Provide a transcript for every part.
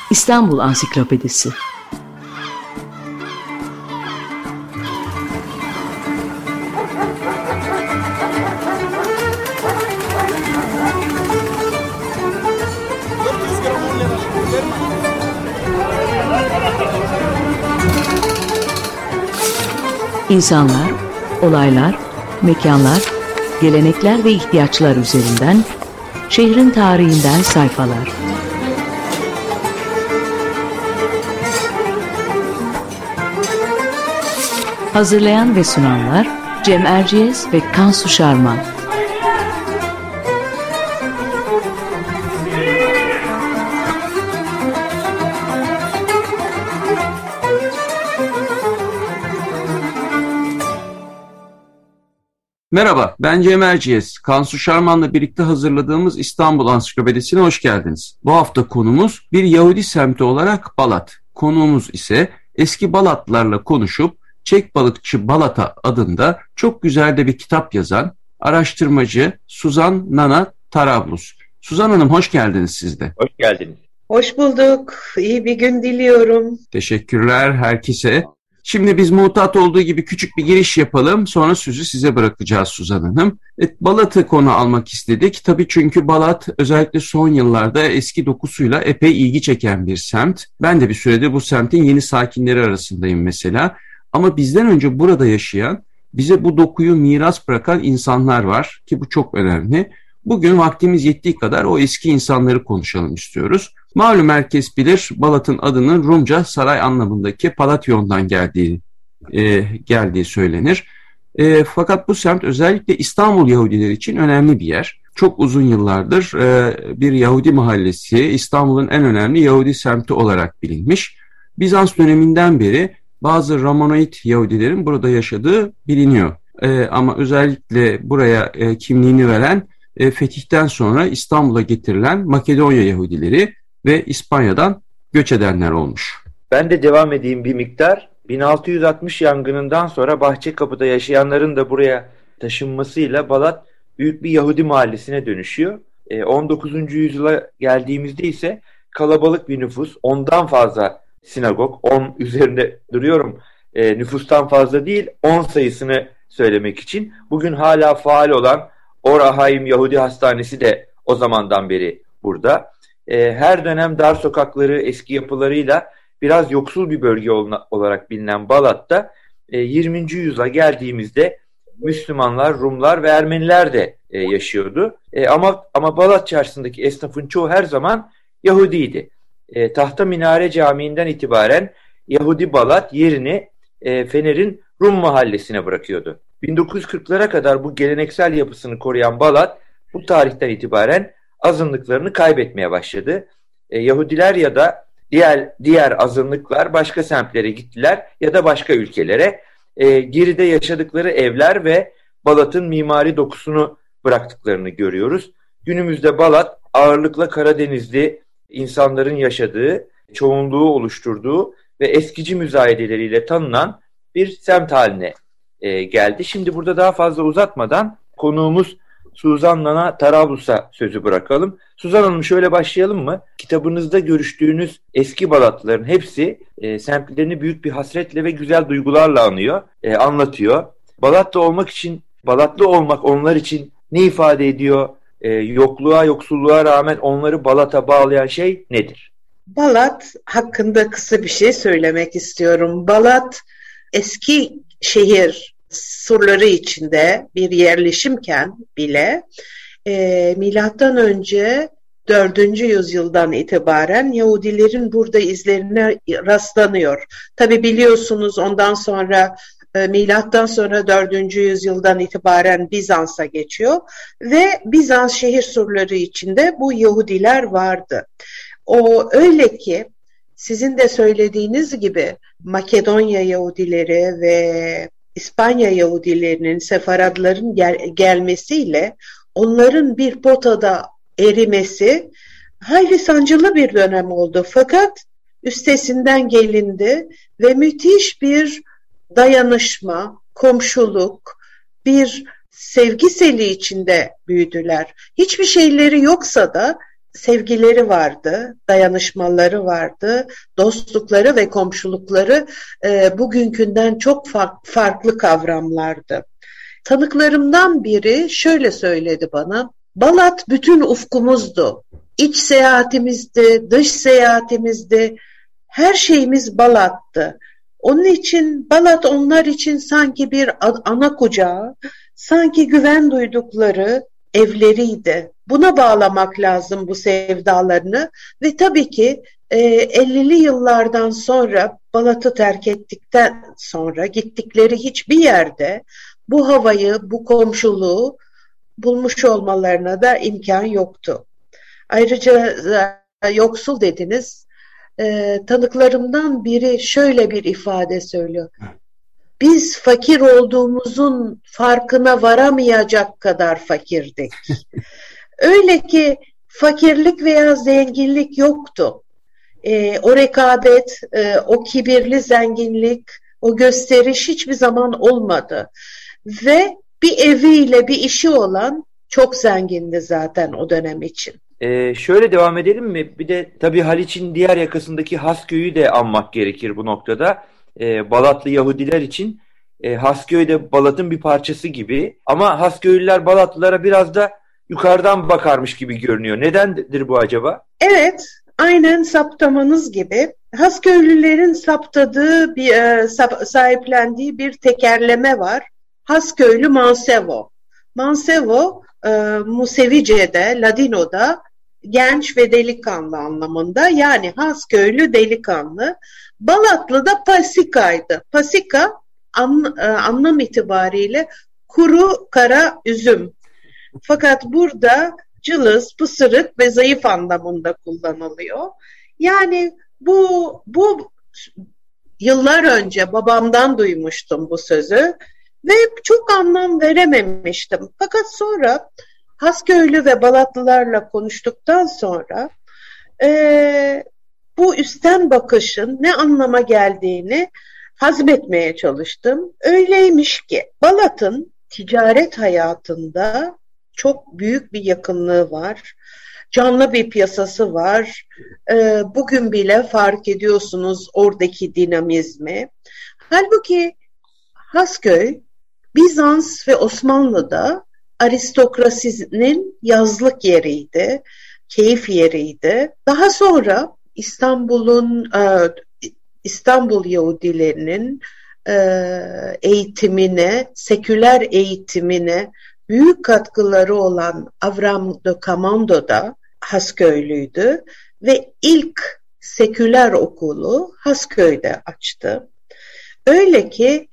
İstanbul Ansiklopedisi. İnsanlar, olaylar, mekanlar, gelenekler ve ihtiyaçlar üzerinden şehrin tarihinden sayfalar. Hazırlayan ve sunanlar Cem Erciyes ve Kansu Şarman. Merhaba, ben Cem Erciyes. Kansu Şarman'la birlikte hazırladığımız İstanbul Ansiklopedisi'ne hoş geldiniz. Bu hafta konumuz bir Yahudi semti olarak Balat. Konuğumuz ise eski Balatlılarla konuşup Çek Balıkçı Balata adında çok güzel de bir kitap yazan araştırmacı Suzan Nana Tarablus. Suzan Hanım, hoş geldiniz siz de. Hoş geldiniz. Hoş bulduk. İyi bir gün diliyorum. Teşekkürler herkese. Şimdi biz muhtat olduğu gibi küçük bir giriş yapalım. Sonra sözü size bırakacağız Suzan Hanım. Balat'ı konu almak istedik. Tabii çünkü Balat özellikle son yıllarda eski dokusuyla epey ilgi çeken bir semt. Ben de bir süredir bu semtin yeni sakinleri arasındayım mesela. Ama bizden önce burada yaşayan, bize bu dokuyu miras bırakan insanlar var ki bu çok önemli. Bugün vaktimiz yettiği kadar o eski insanları konuşalım istiyoruz. Malum herkes bilir, Balat'ın adının Rumca saray anlamındaki Palatyon'dan geldiği söylenir. Fakat bu semt özellikle İstanbul Yahudileri için önemli bir yer. Çok uzun yıllardır bir Yahudi mahallesi, İstanbul'un en önemli Yahudi semti olarak bilinmiş. Bizans döneminden beri bazı Romanoid Yahudilerin burada yaşadığı biliniyor. Ama özellikle buraya kimliğini veren fetihten sonra İstanbul'a getirilen Makedonya Yahudileri ve İspanya'dan göç edenler olmuş. Ben de devam edeyim bir miktar. 1660 yangınından sonra Bahçekapı'da yaşayanların da buraya taşınmasıyla Balat büyük bir Yahudi mahallesine dönüşüyor. 19. yüzyıla geldiğimizde ise kalabalık bir nüfus, 10'dan fazla sinagog, 10 üzerinde duruyorum, nüfustan fazla değil, 10 sayısını söylemek için. Bugün hala faal olan Or Haim Yahudi Hastanesi de o zamandan beri burada. Her dönem dar sokakları, eski yapılarıyla biraz yoksul bir bölge olarak bilinen Balat'ta 20. yüzyıla geldiğimizde Müslümanlar, Rumlar ve Ermeniler de yaşıyordu. Ama Balat çarşısındaki esnafın çoğu her zaman Yahudiydi. Tahta Minare Camii'nden itibaren Yahudi Balat yerini Fener'in Rum mahallesine bırakıyordu. 1940'lara kadar bu geleneksel yapısını koruyan Balat bu tarihten itibaren azınlıklarını kaybetmeye başladı. Yahudiler ya da diğer azınlıklar başka semtlere gittiler ya da başka ülkelere. Geride yaşadıkları evler ve Balat'ın mimari dokusunu bıraktıklarını görüyoruz. Günümüzde Balat ağırlıkla Karadenizli insanların yaşadığı, çoğunluğu oluşturduğu ve eskici müzayedeleriyle tanınan bir semt haline geldi. Şimdi burada daha fazla uzatmadan konuğumuz Suzan Nana Tarablus'a sözü bırakalım. Suzan Hanım, şöyle başlayalım mı? Kitabınızda görüştüğünüz eski Balatlıların hepsi semtlerini büyük bir hasretle ve güzel duygularla anlatıyor. Balatlı olmak onlar için ne ifade ediyor? Yoksulluğa rağmen onları Balat'a bağlayan şey nedir? Balat hakkında kısa bir şey söylemek istiyorum. Balat eski şehir surları içinde bir yerleşimken bile milattan önce 4. yüzyıldan itibaren Yahudilerin burada izlerine rastlanıyor. Tabi biliyorsunuz ondan sonra milattan sonra 4. yüzyıldan itibaren Bizans'a geçiyor ve Bizans şehir surları içinde bu Yahudiler vardı. O öyle ki sizin de söylediğiniz gibi Makedonya Yahudileri ve İspanya Yahudilerinin, Sefaradların gelmesiyle onların bir potada erimesi hayli sancılı bir dönem oldu. Fakat üstesinden gelindi ve müthiş bir dayanışma, komşuluk, bir sevgi seli içinde büyüdüler. Hiçbir şeyleri yoksa da sevgileri vardı, dayanışmaları vardı, dostlukları ve komşulukları bugünkünden çok farklı kavramlardı. Tanıklarımdan biri şöyle söyledi bana, Balat bütün ufkumuzdu. İç seyahatimizdi, dış seyahatimizdi, her şeyimiz Balat'tı. Onun için Balat onlar için sanki bir ana kucağı, sanki güven duydukları evleriydi. Buna bağlamak lazım bu sevdalarını ve tabii ki 50'li yıllardan sonra Balat'ı terk ettikten sonra gittikleri hiçbir yerde bu havayı, bu komşuluğu bulmuş olmalarına da imkan yoktu. Ayrıca yoksul dediniz. Tanıklarımdan biri şöyle bir ifade söylüyor. Biz fakir olduğumuzun farkına varamayacak kadar fakirdik. Öyle ki fakirlik veya zenginlik yoktu. O rekabet, o kibirli zenginlik, o gösteriş hiçbir zaman olmadı. Ve bir eviyle bir işi olan çok zengindi zaten o dönem için. Şöyle devam edelim mi? Bir de tabii Haliç'in diğer yakasındaki Hasköy'ü de anmak gerekir bu noktada. Balatlı Yahudiler için Hasköy de Balat'ın bir parçası gibi. Ama Hasköylüler Balatlılara biraz da yukarıdan bakarmış gibi görünüyor. Nedendir bu acaba? Evet, aynen saptamanız gibi. Hasköylülerin sahiplendiği bir tekerleme var. Hasköylü Mansevo. Mansevo, Musevice'de, Ladino'da genç ve delikanlı anlamında. Yani Hasköylü delikanlı. Balatlı da Pasika'ydı. Pasika anlam itibariyle kuru kara üzüm. Fakat burada cılız, pısırık ve zayıf anlamında kullanılıyor. Yani bu yıllar önce babamdan duymuştum bu sözü ve çok anlam verememiştim. Fakat sonra Hasköylü ve Balatlılarla konuştuktan sonra bu üstten bakışın ne anlama geldiğini hazmetmeye çalıştım. Öyleymiş ki Balat'ın ticaret hayatında çok büyük bir yakınlığı var. Canlı bir piyasası var. Bugün bile fark ediyorsunuz oradaki dinamizmi. Halbuki Hasköy, Bizans ve Osmanlı'da aristokrasinin yazlık yeriydi, keyif yeriydi. Daha sonra İstanbul Yahudilerinin eğitimine, seküler eğitimine büyük katkıları olan Avram de Camondo da Hasköylüydü ve ilk seküler okulu Hasköy'de açtı. Öyle ki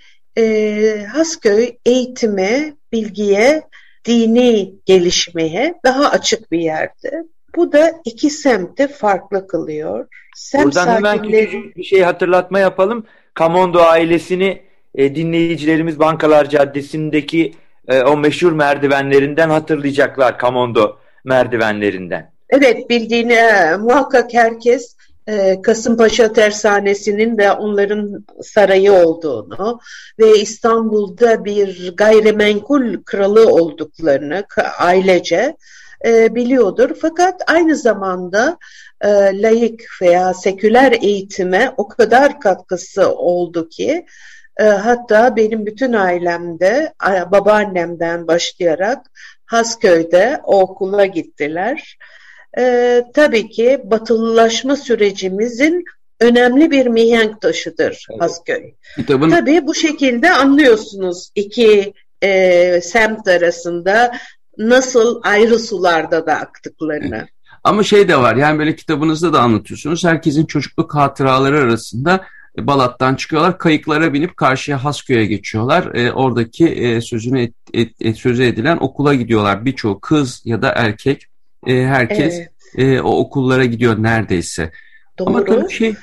Hasköy eğitime, bilgiye, dini gelişmeye daha açık bir yerdi. Bu da iki semti farklı kılıyor. Buradan hemen küçük bir şey hatırlatma yapalım. Camondo ailesini dinleyicilerimiz Bankalar Caddesi'ndeki o meşhur merdivenlerinden hatırlayacaklar, Camondo merdivenlerinden. Evet, bildiğini muhakkak herkes Kasımpaşa Tersanesi'nin de onların sarayı olduğunu ve İstanbul'da bir gayrimenkul kralı olduklarını ailece biliyordur. Fakat aynı zamanda laik veya seküler eğitime o kadar katkısı oldu ki hatta benim bütün ailemde babaannemden başlayarak Hasköy'de o okula gittiler. Tabii ki batılılaşma sürecimizin önemli bir mihenk taşıdır Hasköy. Tabii bu şekilde anlıyorsunuz iki semt arasında nasıl ayrı sularda da aktıklarını. Ama şey de var, yani böyle kitabınızda da anlatıyorsunuz. Herkesin çocukluk hatıraları arasında Balat'tan çıkıyorlar, kayıklara binip karşıya Hasköy'e geçiyorlar. Oradaki sözü edilen okula gidiyorlar. Birçoğu kız ya da erkek. Herkes o okullara gidiyor neredeyse. Doğru. Ama tabii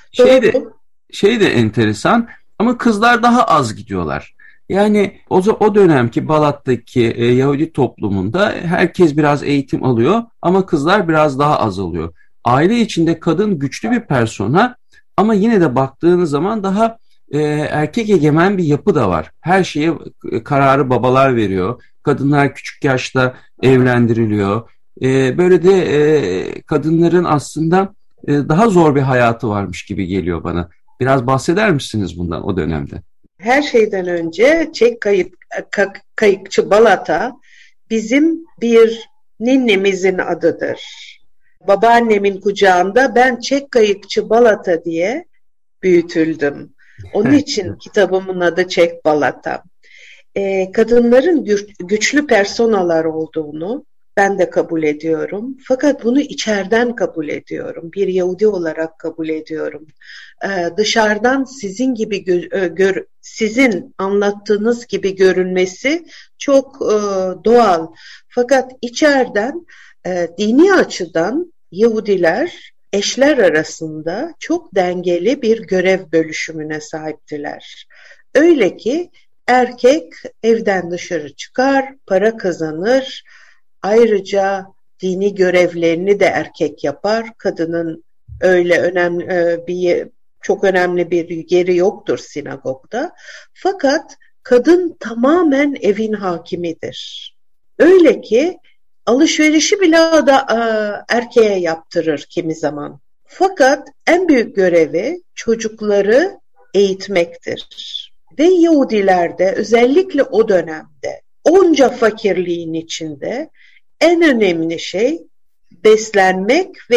şey de enteresan, ama kızlar daha az gidiyorlar. Yani o dönemki Balat'taki Yahudi toplumunda herkes biraz eğitim alıyor ama kızlar biraz daha az alıyor. Aile içinde kadın güçlü bir persona ama yine de baktığınız zaman daha erkek egemen bir yapı da var. Her şeye kararı babalar veriyor. Kadınlar küçük yaşta evlendiriliyor. Böyle de kadınların aslında daha zor bir hayatı varmış gibi geliyor bana. Biraz bahseder misiniz bundan o dönemde? Her şeyden önce Çek kayıkçı Balata bizim bir ninnemizin adıdır. Babaannemin kucağında ben Çek kayıkçı Balata diye büyütüldüm. Onun için kitabımın adı Çek Balata. Kadınların güçlü personalar olduğunu ben de kabul ediyorum. Fakat bunu içeriden kabul ediyorum. Bir Yahudi olarak kabul ediyorum. Dışarıdan sizin gibi sizin anlattığınız gibi görünmesi çok doğal. Fakat içeriden dini açıdan Yahudiler eşler arasında çok dengeli bir görev bölüşümüne sahiptiler. Öyle ki erkek evden dışarı çıkar, para kazanır. Ayrıca dini görevlerini de erkek yapar. Kadının öyle önemli çok önemli bir yeri yoktur sinagogda. Fakat kadın tamamen evin hakimidir. Öyle ki alışverişi bile da erkeğe yaptırır kimi zaman. Fakat en büyük görevi çocukları eğitmektir. Ve Yahudilerde özellikle o dönemde onca fakirliğin içinde en önemli şey beslenmek ve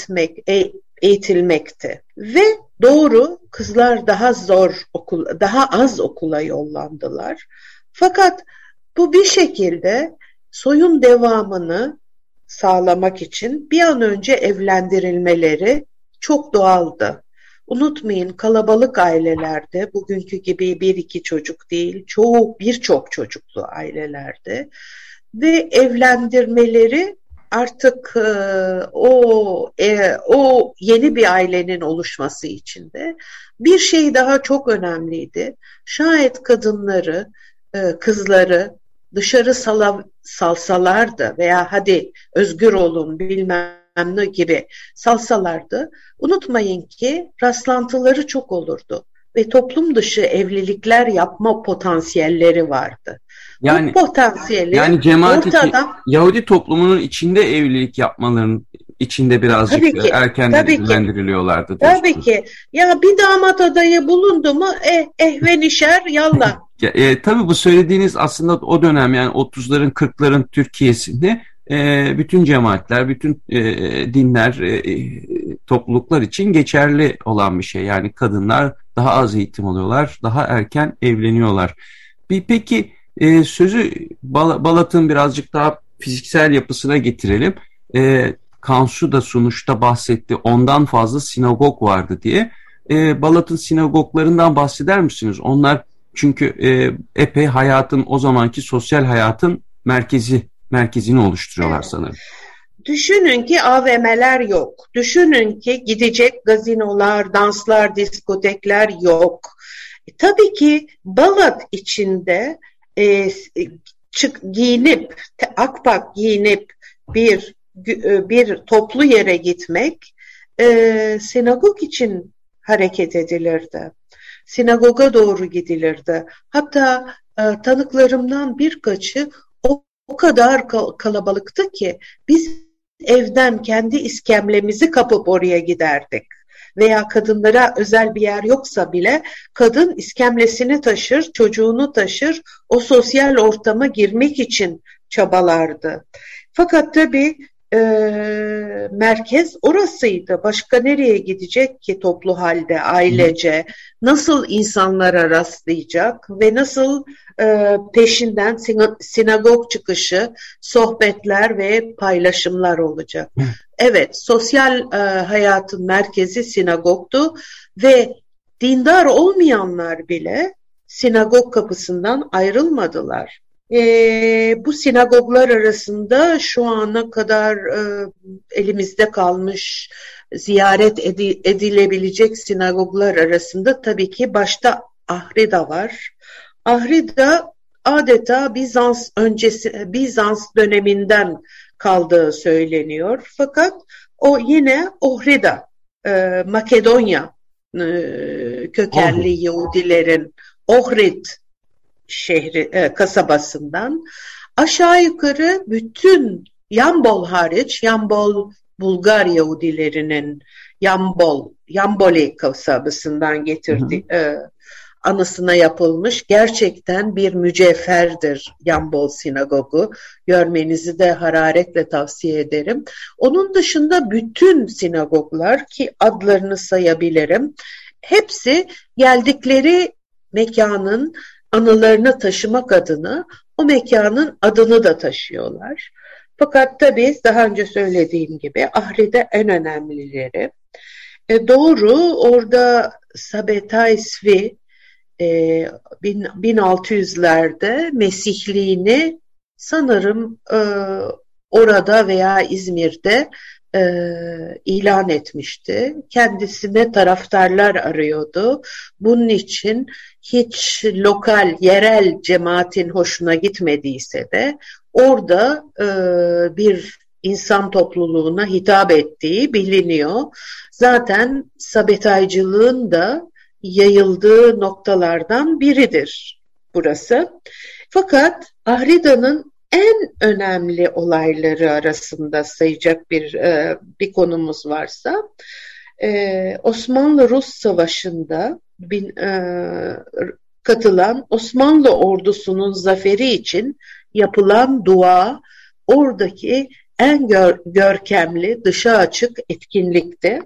eğitilmekti. Ve doğru kızlar daha az okula yollandılar. Fakat bu bir şekilde soyun devamını sağlamak için bir an önce evlendirilmeleri çok doğaldı. Unutmayın, kalabalık ailelerde, bugünkü gibi bir iki çocuk değil, birçok çocuklu ailelerde ve evlendirmeleri artık o yeni bir ailenin oluşması için de bir şey daha çok önemliydi. Şayet kadınları, kızları dışarı salsalardı veya hadi özgür olun bilmem ne gibi salsalardı, unutmayın ki rastlantıları çok olurdu ve toplum dışı evlilikler yapma potansiyelleri vardı. Yani, bu potansiyeli yani Yahudi toplumunun içinde evlilik yapmalarının içinde birazcık erkenden evlendiriliyorlardı. Tabii ki. Ya bir damat adayı bulundu mu ehvenişer yallah. Tabii bu söylediğiniz aslında o dönem yani 30'ların 40'ların Türkiye'sinde bütün cemaatler, bütün dinler, topluluklar için geçerli olan bir şey. Yani kadınlar daha az eğitim alıyorlar, daha erken evleniyorlar. Peki sözü Balat'ın birazcık daha fiziksel yapısına getirelim. Kansu da sonuçta bahsetti, ondan fazla sinagog vardı diye. Balat'ın sinagoglarından bahseder misiniz? Onlar çünkü epey hayatın, o zamanki sosyal hayatın merkezini oluşturuyorlar sanırım. Düşünün ki AVM'ler yok. Düşünün ki gidecek gazinolar, danslar, diskotekler yok. Tabii ki Balat içinde giyinip, akpak giyinip bir toplu yere gitmek sinagog için hareket edilirdi. Sinagoga doğru gidilirdi. Hatta tanıklarımdan birkaçı o kadar kalabalıktı ki biz evden kendi iskemlemizi kapıp oraya giderdik. Veya kadınlara özel bir yer yoksa bile kadın iskemlesini taşır, çocuğunu taşır, o sosyal ortama girmek için çabalardı. Fakat tabii merkez orasıydı. Başka nereye gidecek ki toplu halde, ailece? Nasıl insanlara rastlayacak ve nasıl peşinden sinagog çıkışı, sohbetler ve paylaşımlar olacak? Evet, sosyal hayatın merkezi sinagogdu ve dindar olmayanlar bile sinagog kapısından ayrılmadılar. Bu sinagoglar arasında şu ana kadar elimizde kalmış ziyaret edilebilecek sinagoglar arasında tabii ki başta Ahrida var. Ahrida adeta Bizans döneminden kaldığı söyleniyor. Fakat o yine Ohrida, Makedonya kökenli Yahudilerin Ohrid şehri kasabasından aşağı yukarı bütün Yambol hariç, Yambol Bulgar Yahudilerinin Yamboli kasabasından getirdiği anısına yapılmış gerçekten bir mücevherdir Yambol Sinagogu. Görmenizi de hararetle tavsiye ederim. Onun dışında bütün sinagoglar ki adlarını sayabilirim. Hepsi geldikleri mekanın anılarını taşımak adına o mekanın adını da taşıyorlar. Fakat tabii daha önce söylediğim gibi Ahri'de en önemlileri. Doğru, orada Sabbatai Tzvi 1600'lerde Mesihliğini sanırım orada veya İzmir'de ilan etmişti. Kendisine taraftarlar arıyordu. Bunun için hiç lokal, yerel cemaatin hoşuna gitmediyse de orada bir insan topluluğuna hitap ettiği biliniyor. Zaten Sabbataycılığın da yayıldığı noktalardan biridir burası. Fakat Ahrida'nın en önemli olayları arasında sayacak bir konumuz varsa Osmanlı-Rus Savaşı'nda katılan Osmanlı ordusunun zaferi için yapılan dua oradaki en görkemli dışa açık etkinlikti.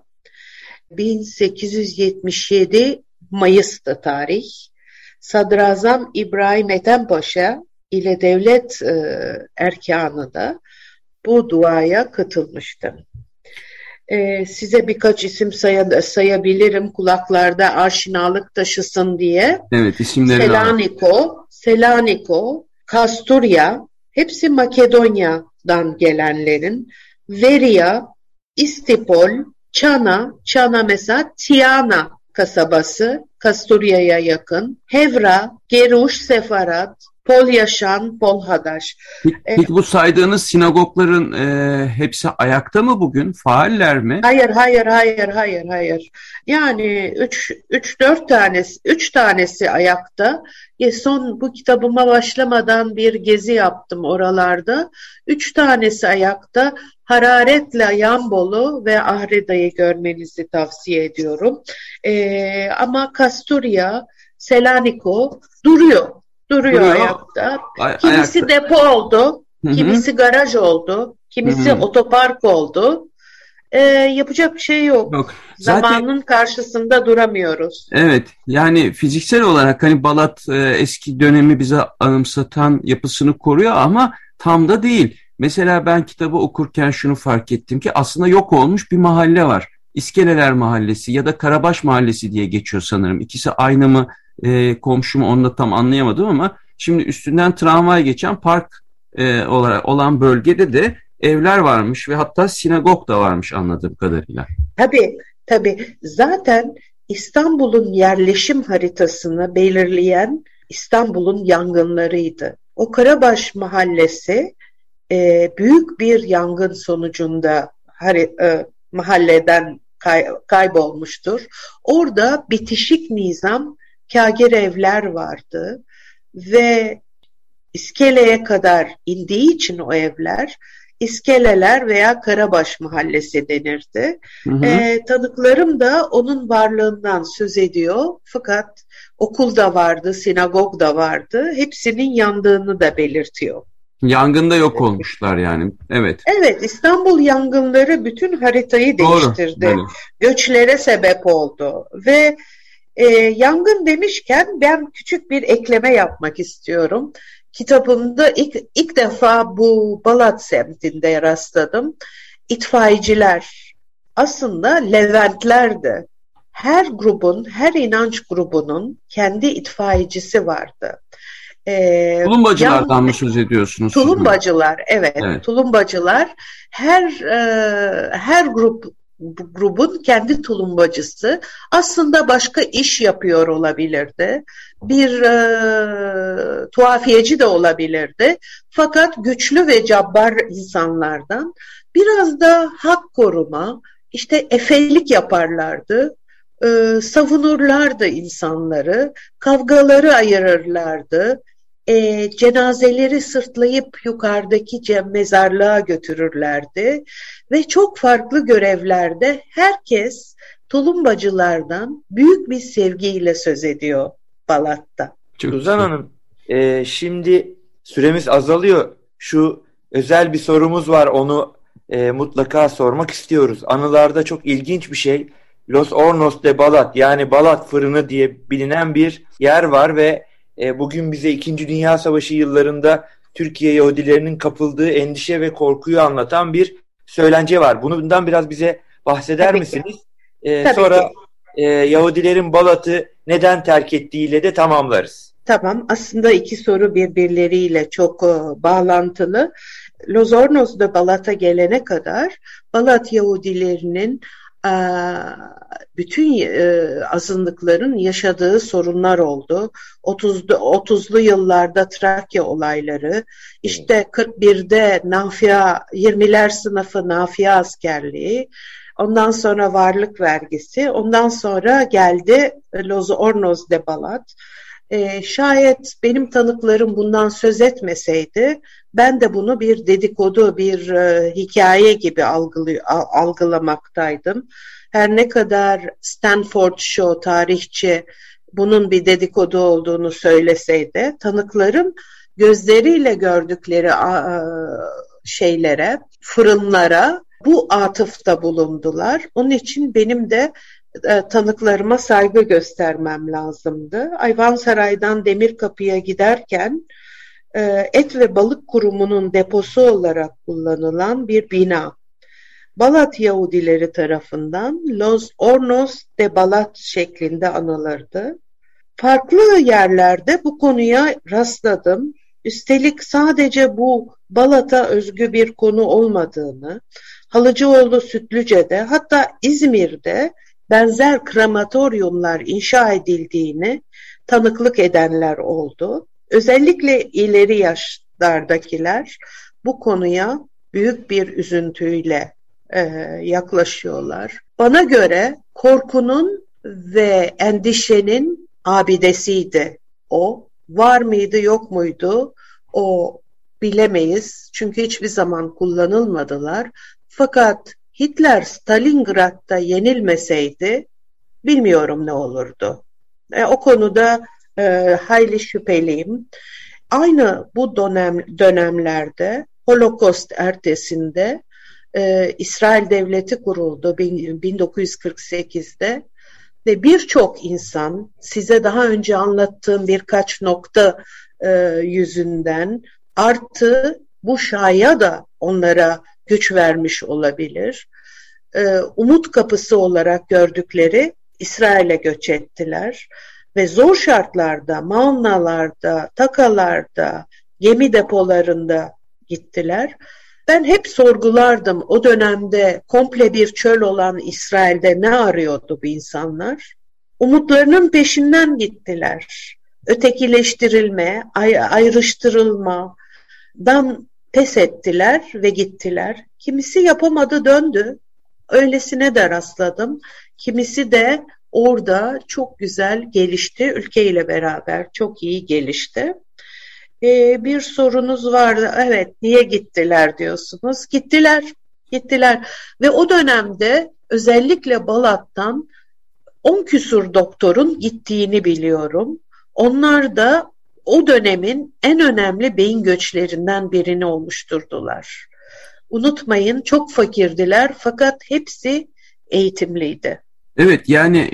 1877 Mayıs'ta tarih. Sadrazam İbrahim Ethem Paşa ile devlet erkanı da bu duaya katılmıştı. Size birkaç isim sayabilirim kulaklarda aşinalık taşısın diye. Evet, isimleri Selanikos, Kasturya, hepsi Makedonya'dan gelenlerin. Veria, İstipol, Çana mesela Tiana kasabası, Kasturya'ya yakın. Hevra, Geruş, Sefarat, Polyaşan, Polhadaş. Peki bu saydığınız sinagogların hepsi ayakta mı bugün? Faaller mi? Hayır. Yani 3 tanesi ayakta. Son bu kitabıma başlamadan bir gezi yaptım oralarda. 3 tanesi ayakta. Hararetle Yambol'u ve Ahrida'yı görmenizi tavsiye ediyorum. Ama Kasturya, Selanikos duruyor ayakta. Kimisi ayakta. Depo oldu, kimisi garaj oldu, kimisi otopark oldu. Yapacak bir şey yok. Zamanın karşısında duramıyoruz. Evet, yani fiziksel olarak hani Balat eski dönemi bize anımsatan yapısını koruyor ama tam da değil. Mesela ben kitabı okurken şunu fark ettim ki aslında yok olmuş bir mahalle var. İskeleler Mahallesi ya da Karabaş Mahallesi diye geçiyor sanırım. İkisi aynı mı, komşu mu onu da tam anlayamadım ama şimdi üstünden tramvay geçen park olarak olan bölgede de evler varmış ve hatta sinagog da varmış anladığım kadarıyla. Tabii. Zaten İstanbul'un yerleşim haritasını belirleyen İstanbul'un yangınlarıydı. O Karabaş Mahallesi büyük bir yangın sonucunda mahalleden kaybolmuştur. Orada bitişik nizam kâgir evler vardı ve iskeleye kadar indiği için o evler İskeleler veya Karabaş Mahallesi denirdi. Tanıklarım da onun varlığından söz ediyor. Fakat okul da vardı, sinagog da vardı. Hepsinin yandığını da belirtiyor. Yangında yok olmuşlar yani. Evet. Evet, İstanbul yangınları bütün haritayı değiştirdi. Doğru, göçlere sebep oldu ve yangın demişken ben küçük bir ekleme yapmak istiyorum. Kitabımda ilk defa bu Balat semtinde rastladım. İtfaiyeciler aslında Leventlerdi. Her inanç grubunun kendi itfaiyecisi vardı. Tulumbacılardan mı söz ediyorsunuz? Tulumbacılar, evet. Tulumbacılar her grubun kendi tulumbacısı aslında başka iş yapıyor olabilirdi. Bir tuhafiyeci de olabilirdi. Fakat güçlü ve cabbar insanlardan biraz da hak koruma, işte efelik yaparlardı. Savunurlardı insanları, kavgaları ayırırlardı. cenazeleri sırtlayıp yukarıdaki mezarlığa götürürlerdi ve çok farklı görevlerde herkes tulumbacılardan büyük bir sevgiyle söz ediyor Balat'ta. Suzan Hanım, şimdi süremiz azalıyor. Şu özel bir sorumuz var, onu mutlaka sormak istiyoruz. Anılarda çok ilginç bir şey. Los Hornos de Balat, yani Balat Fırını diye bilinen bir yer var ve bugün bize 2. Dünya Savaşı yıllarında Türkiye Yahudilerinin kapıldığı endişe ve korkuyu anlatan bir söylence var. Bundan biraz bize bahseder misiniz? Sonra Yahudilerin Balat'ı neden terk ettiğiyle de tamamlarız. Tamam, aslında iki soru birbirleriyle çok bağlantılı. Los Hornos de Balat'a gelene kadar Balat Yahudilerinin bütün azınlıkların yaşadığı sorunlar oldu. 30'lu yıllarda Trakya olayları, işte 41'de Nafia, 20'ler sınıfı Nafia askerliği, ondan sonra varlık vergisi, ondan sonra geldi Los Hornos de Balat. Şayet benim tanıklarım bundan söz etmeseydi, ben de bunu bir dedikodu, bir hikaye gibi algılamaktaydım. Her ne kadar Stanford Shaw tarihçi bunun bir dedikodu olduğunu söyleseydi, tanıklarım gözleriyle gördükleri şeylere, fırınlara bu atıfta bulundular. Onun için benim de tanıklarıma saygı göstermem lazımdı. Ayvansaray'dan Demirkapı'ya giderken Et ve Balık Kurumu'nun deposu olarak kullanılan bir bina, Balat Yahudileri tarafından Los Hornos de Balat şeklinde anılırdı. Farklı yerlerde bu konuya rastladım. Üstelik sadece bu Balat'a özgü bir konu olmadığını, Halıcıoğlu Sütlüce'de, hatta İzmir'de benzer krematoryumlar inşa edildiğini tanıklık edenler oldu. Özellikle ileri yaşlardakiler bu konuya büyük bir üzüntüyle yaklaşıyorlar. Bana göre korkunun ve endişenin abidesiydi o. Var mıydı, yok muydu? O bilemeyiz. Çünkü hiçbir zaman kullanılmadılar. Fakat Hitler Stalingrad'da yenilmeseydi bilmiyorum ne olurdu. O konuda hayli şüpheliyim. Aynı bu dönemlerde Holocaust ertesinde İsrail Devleti kuruldu 1948'de ve birçok insan, size daha önce anlattığım birkaç nokta yüzünden, artı bu şaya da onlara güç vermiş olabilir, umut kapısı olarak gördükleri İsrail'e göç ettiler ve zor şartlarda, mağanalarda, takalarda, gemi depolarında gittiler. Ben hep sorgulardım, o dönemde komple bir çöl olan İsrail'de ne arıyordu bu insanlar? Umutlarının peşinden gittiler. Ötekileştirilme, ayrıştırılmadan pes ettiler ve gittiler. Kimisi yapamadı, döndü. Öylesine de rastladım. Kimisi de orada çok güzel gelişti. Ülkeyle beraber çok iyi gelişti. Bir sorunuz vardı. Evet, niye gittiler diyorsunuz. Gittiler. Ve o dönemde özellikle Balat'tan 10 küsur doktorun gittiğini biliyorum. Onlar da o dönemin en önemli beyin göçlerinden birini oluşturdular. Unutmayın, çok fakirdiler fakat hepsi eğitimliydi. Evet, yani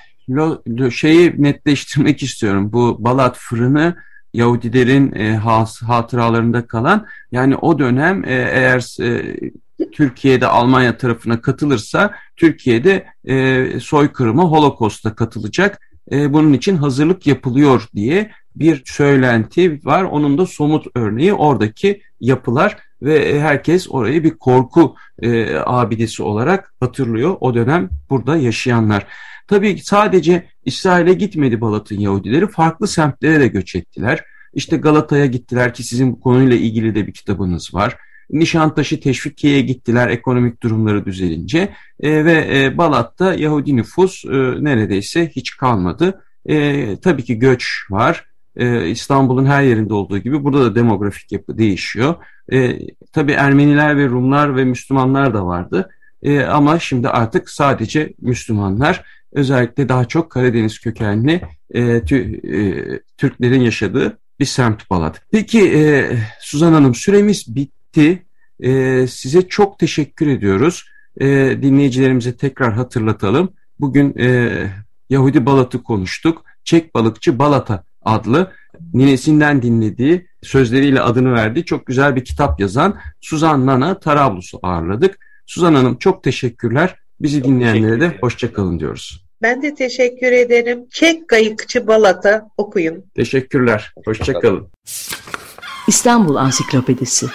şeyi netleştirmek istiyorum. Bu Balat Fırını Yahudilerin hatıralarında kalan, yani o dönem eğer Türkiye'de Almanya tarafına katılırsa Türkiye'de soykırıma, Holocaust'a katılacak. Bunun için hazırlık yapılıyor diye bir söylenti var. Onun da somut örneği oradaki yapılar ve herkes orayı bir korku abidesi olarak hatırlıyor. O dönem burada yaşayanlar. Tabii sadece İsrail'e gitmedi Balat'ın Yahudileri, farklı semtlere de göç ettiler. İşte Galata'ya gittiler ki sizin bu konuyla ilgili de bir kitabınız var. Nişantaşı, Teşvikiye'ye gittiler ekonomik durumları düzelince ve Balat'ta Yahudi nüfus neredeyse hiç kalmadı. Tabii ki göç var. İstanbul'un her yerinde olduğu gibi burada da demografik yapı değişiyor. Tabii Ermeniler ve Rumlar ve Müslümanlar da vardı. Ama şimdi artık sadece Müslümanlar, özellikle daha çok Karadeniz kökenli Türklerin yaşadığı bir semt Balat. Peki Suzan Hanım, süremiz bitti. Size çok teşekkür ediyoruz. Dinleyicilerimize tekrar hatırlatalım. Bugün Yahudi Balat'ı konuştuk. Çek balıkçı Balata adlı, ninesinden dinlediği, sözleriyle adını verdiği çok güzel bir kitap yazan Suzan Nana Tarablus'u ağırladık. Suzan Hanım, çok teşekkürler. Bizi dinleyenlere de hoşça kalın diyoruz. Ben de teşekkür ederim. Çek Kayıkçı Balata okuyun. Teşekkürler. Hoşça kalın. İstanbul Ansiklopedisi.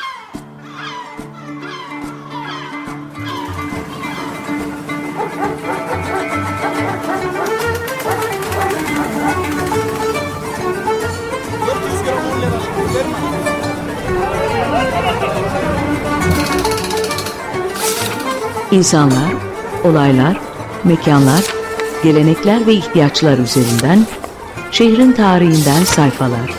İnsanlar, olaylar, mekanlar, gelenekler ve ihtiyaçlar üzerinden şehrin tarihinden sayfalar.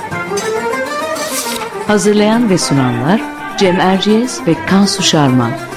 Hazırlayan ve sunanlar Cem Erciyes ve Kansu Şarman.